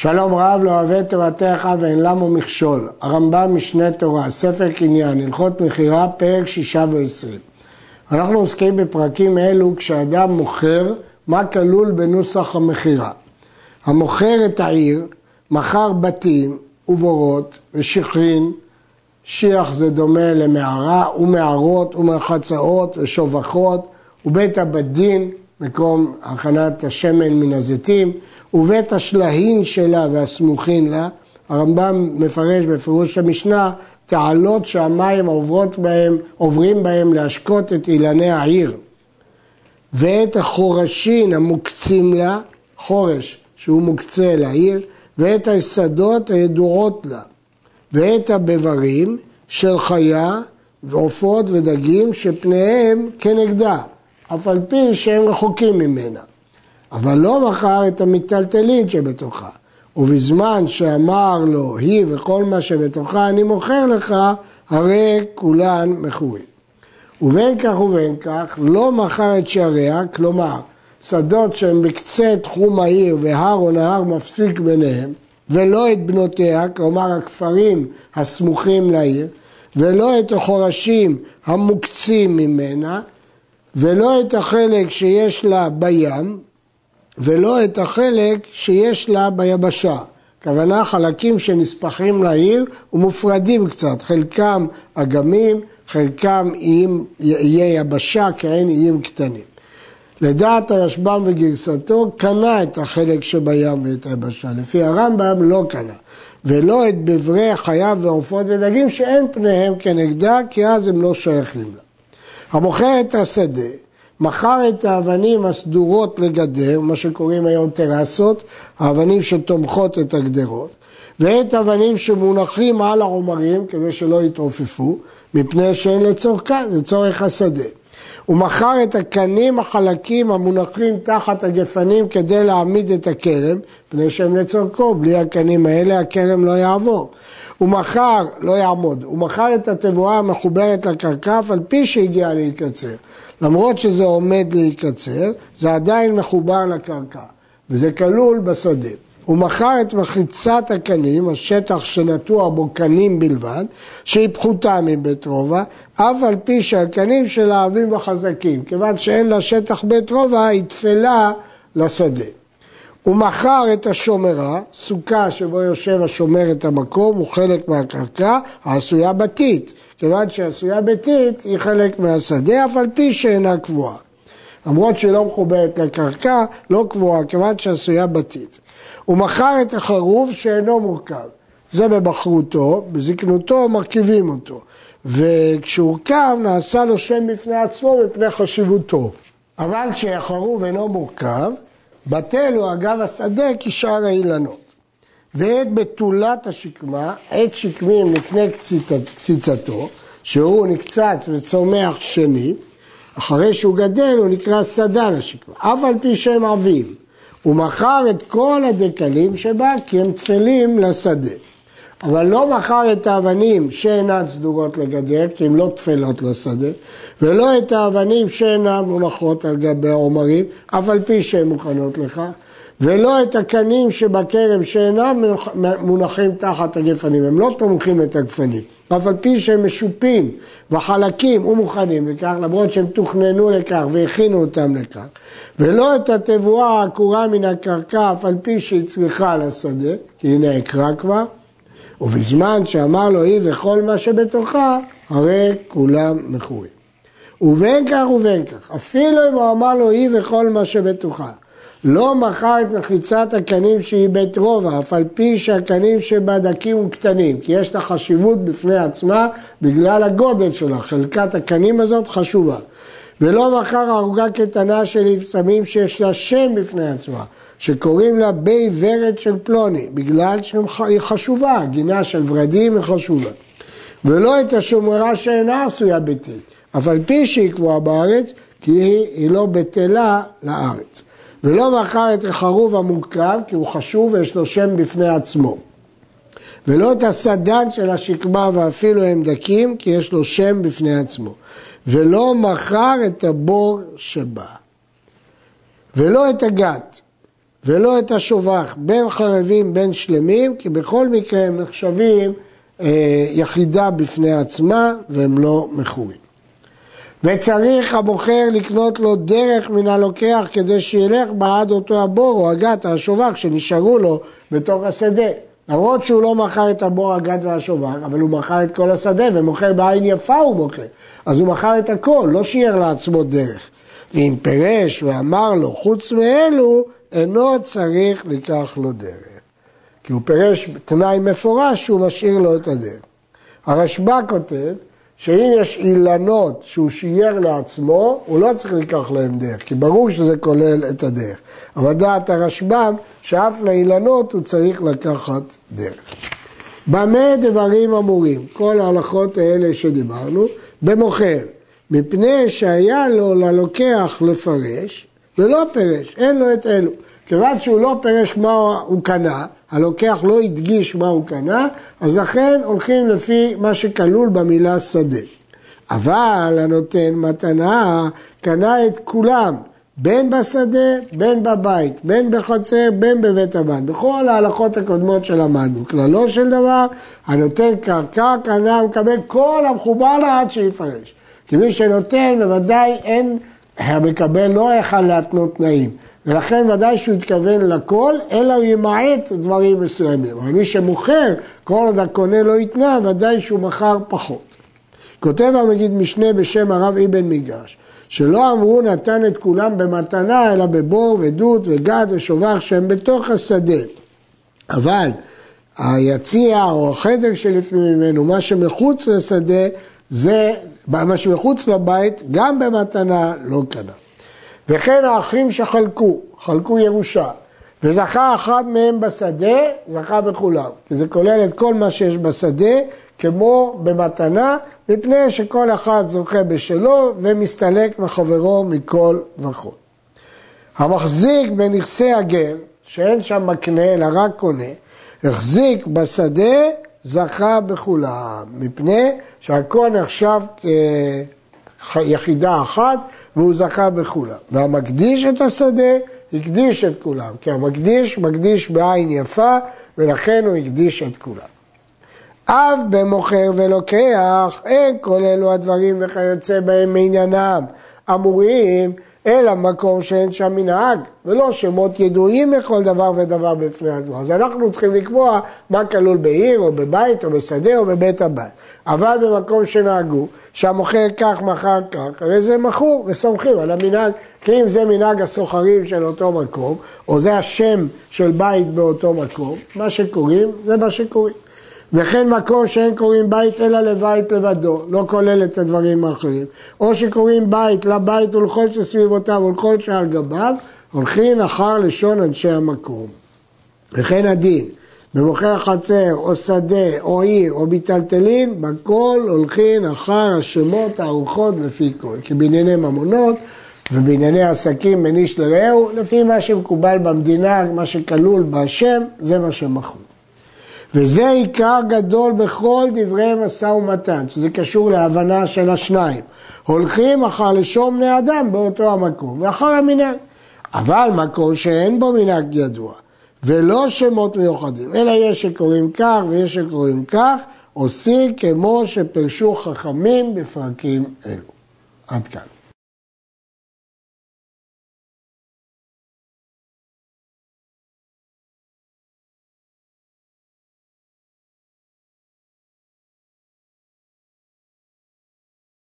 שלום רב, לא אוהב תורתך ואין למו מכשול. הרמב"ם משנה תורה, ספר קניין, הלכות מכירה, פרק 6 ו-20. אנחנו עוסקים בפרקים אלו כשאדם מוכר, מה כלול בנוסח המכירה. המוכר את העיר, מכר בתים ובורות ושכרין, שיח זה דומה למערה, ומערות ומרחצאות ושובחות, ובית הבדין, מקום הכנת השמן מן הזיתים, ובית השלהין שלה והסמוכין לה. הרמב"ם מפרש בפירוש המשנה, תעלות שהמים עוברים בהם להשקות את אילני העיר. ואת החורשין המוקצים לה, חורש שהוא מוקצה לעיר, ואת היסדות הידועות לה, ואת הבברים של חיה ועופות ודגים שפניהם כנגדה, אף על פי שהם רחוקים ממנה. אבל לא מכר את המטלטלין שבתוכה, ובזמן שאמר לו, היא וכל מה שבתוכה אני מוכר לך, הרי כולן מכורים. ובין כך ובין כך, לא מכר את שעריה, כלומר, שדות שהם בקצה תחום העיר והר או נהר מפסיק ביניהם, ולא את בנותיה, כלומר הכפרים הסמוכים לעיר, ולא את החורשים המוקצים ממנה, ולא את החלק שיש לה בים, ולא את החלק שיש לה ביבשה. הכוונה חלקים שנספחים לעיר ומופרדים קצת, חלקם אגמים, חלקם איי יבשה, כאין איים קטנים. לדעת הרשב"ם וגרסתו, קנה את החלק שבים ואת היבשה, לפי הרמב"ם לא קנה. ולא את בברי חיה ועופות ודגים שאין פניהם כנגדה, כי אז הם לא שייכים לה. המוכר את השדה, מכר את האבנים הסדורות לגדר, מה שקוראים היום טרסות, האבנים שתומכות את הגדרות, ואת האבנים שמונחים על העומרים, כדי שלא יתרופפו, מפני שאין לצורכן, זה צורך השדה. הוא מכר את הקנים החלקים המונחים תחת הגפנים כדי להעמיד את הכרם, פני שהם לצורכו, בלי הקנים האלה הכרם לא יעבור. הוא מכר, לא יעמוד, הוא מכר את התבואה המחוברת לקרקע, על פי שהגיע להיקצר. למרות שזה עומד להיקצר, זה עדיין מחובר לקרקע, וזה כלול בשדה. הוא מכר את מחיצת הקנים, השטח שנטוע בו קנים בלבד, שהיא פחותה מבית רובע, אף על פי שהקנים שלה עבים וחזקים, כיוון שאין לה שטח בית רובע, היא תפלה לשדה. הוא מכר את השומרה, סוכה שבו יושב השומר את המקום, הוא חלק מהקרקע, העשויה בתית, כיוון שהעשויה בתית היא חלק מהשדה, אף על פי שאינה קבועה. למרות שהיא לא מחוברת לקרקע, לא קבועה, כיוון שעשויה בתית. הוא מכר את החרוב שאינו מורכב, זה בבחרותו, בזקנותו מרכיבים אותו, וכשהורכב נעשה לו שם בפני עצמו מפני חשיבותו. אבל כשהחרוב אינו מורכב, בטל הוא אגב השדה כשאר האילנות. ואת בתולת השקמה, עת שקמים לפני קציצתו, שהוא נקצץ וצומח שנית, אחרי שהוא גדל הוא נקרא סדן השקמה, אף על פי שהם עבים. הוא מכר את כל הדקלים שבה כי הם תפלים לשדה. אבל לא מכר את האבנים שאינן סדורות לגדר, כי הן לא תפלות לשדה, ולא את האבנים שאינן מונחות על גבי העומרים, אף על פי שהן מוכנות לך, ולא את הקנים שבכרם שאינם מונחים תחת הגפנים, הם לא תומכים את הגפנים, אף על פי שהם משופים וחלקים ומוכנים לכך, למרות שהם תוכננו לכך והכינו אותם לכך, ולא את התבואה העקורה מן הקרקע, אף על פי שהיא צריכה לשדה, כי הנה הקרא כבר, ובזמן שאמר לו היא וכל מה שבתוכה, הרי כולם מכורים. ובין כך ובין כך, אפילו אם הוא אמר לו היא וכל מה שבתוכה, לא מכר את מחיצת הקנים שהיא בית רובע, אף על פי שהקנים שבה דקים וקטנים, כי יש לה חשיבות בפני עצמה בגלל הגודל שלה, חלקת הקנים הזאת חשובה. ולא מכר ערוגה קטנה של לבשמים שיש לה שם בפני עצמה, שקוראים לה בי ורד של פלוני, בגלל שהיא חשובה, גינה של ורדים היא חשובה. ולא את השומרה שאינה עשויה ביתית, אף על פי שהיא קבועה בארץ, כי היא לא בטלה לארץ. ולא מכר את החרוב המורכב, כי הוא חשוב ויש לו שם בפני עצמו. ולא את הסדן של השקמה ואפילו הם דקים, כי יש לו שם בפני עצמו. ולא מכר את הבור שבה. ולא את הגת, ולא את השובח, בין חרבים בין שלמים, כי בכל מקרה הם נחשבים יחידה בפני עצמה והם לא מכורים. וצריך המוכר לקנות לו דרך מן הלוקח כדי שילך בעד אותו הבור או הגת השובח שנשארו לו בתוך השדה. למרות שהוא לא מכר את הבור, הגת והשובח, אבל הוא מכר את כל השדה ומוכר בעין יפה הוא מוכר. אז הוא מכר את הכל, לא שיער לעצמו דרך. ואם פירש ואמר לו חוץ מאלו, אינו צריך לקח לו דרך. כי הוא פירש תנאי מפורש שהוא משאיר לו את הדרך. הרשב"א כותב שאם יש אילנות שהוא שיער לעצמו, הוא לא צריך לקח להם דרך, כי ברור שזה כולל את הדרך. אבל דעת הרשב"ם שאף לאילנות הוא צריך לקחת דרך. במה דברים אמורים? כל ההלכות האלה שדיברנו, במוכר, מפני שהיה לו ללוקח לפרש, ולא פרש, אין לו את אלו. כיוון שהוא לא פרש מה הוא קנה, הלוקח לא הדגיש מה הוא קנה, אז לכן הולכים לפי מה שכלול במילה שדה. אבל הנותן מתנה קנה את כולם, בין בשדה, בין בבית, בין בחצר, בין בבית הבת. בכל ההלכות הקודמות שלמדנו, כללו של דבר, הנותן קרקע קנה מקבל כל המחובר לה עד שיפרש. כי מי שנותן בוודאי אין, המקבל לא יכל להתנות תנאים. ולכן ודאי שהוא יתכוון לכל, אלא הוא ימעט דברים מסוימים. אבל מי שמוכר, כל עוד הקונה לא יתנה, ודאי שהוא מכר פחות. כותב המגיד משנה בשם הרב אבן מיגרש, שלא אמרו נתן את כולם במתנה, אלא בבור ודות וגד ושובח שהם בתוך השדה. אבל היציע או החדר שלפני ממנו, מה שמחוץ לשדה, זה מה שמחוץ לבית, גם במתנה לא קנה. וכן האחים חלקו ירושה, וזכה אחד מהם בשדה, זכה בכולם. כי זה כולל את כל מה שיש בשדה, כמו במתנה, מפני שכל אחד זוכה בשלו, ומסתלק מחברו מכל וכל. המחזיק בנכסי הגר, שאין שם מקנה, אלא רק קונה, החזיק בשדה, זכה בכולם, מפני שהכל נחשב כיחידה אחת, והוא זכה בכולם. והמקדיש את השדה, הקדיש את כולם. כי המקדיש מקדיש בעין יפה, ולכן הוא הקדיש את כולם. אף במוכר ולוקח, אין כל אלו הדברים וכיוצא בהם מעניינם אמורים, אלא מקום שאין שם מנהג, ולא שמות ידועים מכל דבר ודבר בפני עצמו. אז אנחנו צריכים לקבוע מה כלול בעיר או בבית או בשדה או בבית הבית. אבל במקום שנהגו, שהמוכר כך מחר כך, הרי זה מכור וסומכים על המנהג, כי אם זה מנהג הסוחרים של אותו מקום, או זה השם של בית באותו מקום, מה שקוראים זה מה שקוראים. וכן מקום שאין קוראים בית אלא לבית לבדו, לא כולל את הדברים האחרים. או שקוראים בית לבית ולכל שסביבותיו ולכל שעל גביו, הולכים אחר לשון אנשי המקום. וכן הדין, במוכר חצר או שדה או עיר או ביטלטלין, בכל הולכים אחר השמות הארוחות לפי כל. כי בענייני ממונות ובענייני עסקים בין איש לרעהו, לפי מה שמקובל במדינה, מה שכלול בשם, זה מה שמכרו. וזה עיקר גדול בכל דברי משא ומתן, שזה קשור להבנה של השניים. הולכים אחר לשון בני אדם באותו המקום, ואחר המנהג. אבל מקום שאין בו מנהג ידוע, ולא שמות מיוחדים, אלא יש שקוראים כך ויש שקוראים כך, עושים כמו שפרשו חכמים בפרקים אלו. עד כאן.